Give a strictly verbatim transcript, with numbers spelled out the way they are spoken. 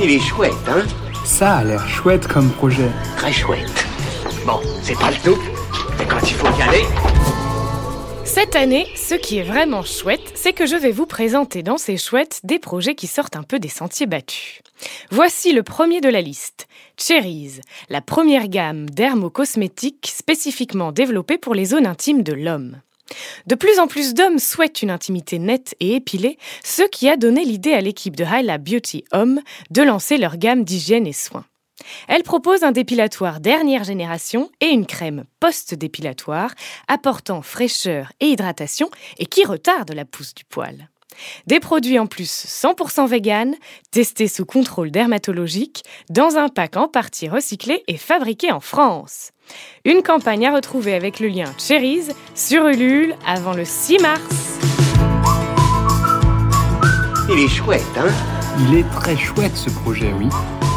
Il est chouette, hein? Ça a l'air chouette comme projet. Très chouette. Bon, c'est pas le tout, mais quand il faut y aller... Cette année, ce qui est vraiment chouette, c'est que je vais vous présenter dans ces chouettes des projets qui sortent un peu des sentiers battus. Voici le premier de la liste, Cherries, la première gamme dermocosmétiques spécifiquement développée pour les zones intimes de l'homme. De plus en plus d'hommes souhaitent une intimité nette et épilée, ce qui a donné l'idée à l'équipe de Hyla Beauty Homme de lancer leur gamme d'hygiène et soins. Elle propose un dépilatoire dernière génération et une crème post-dépilatoire apportant fraîcheur et hydratation et qui retarde la pousse du poil. Des produits en plus cent pour cent vegan, testés sous contrôle dermatologique, dans un pack en partie recyclé et fabriqué en France. Une campagne à retrouver avec le lien Cherries sur Ulule avant le six mars. Il est chouette, hein? Il est très chouette ce projet, oui.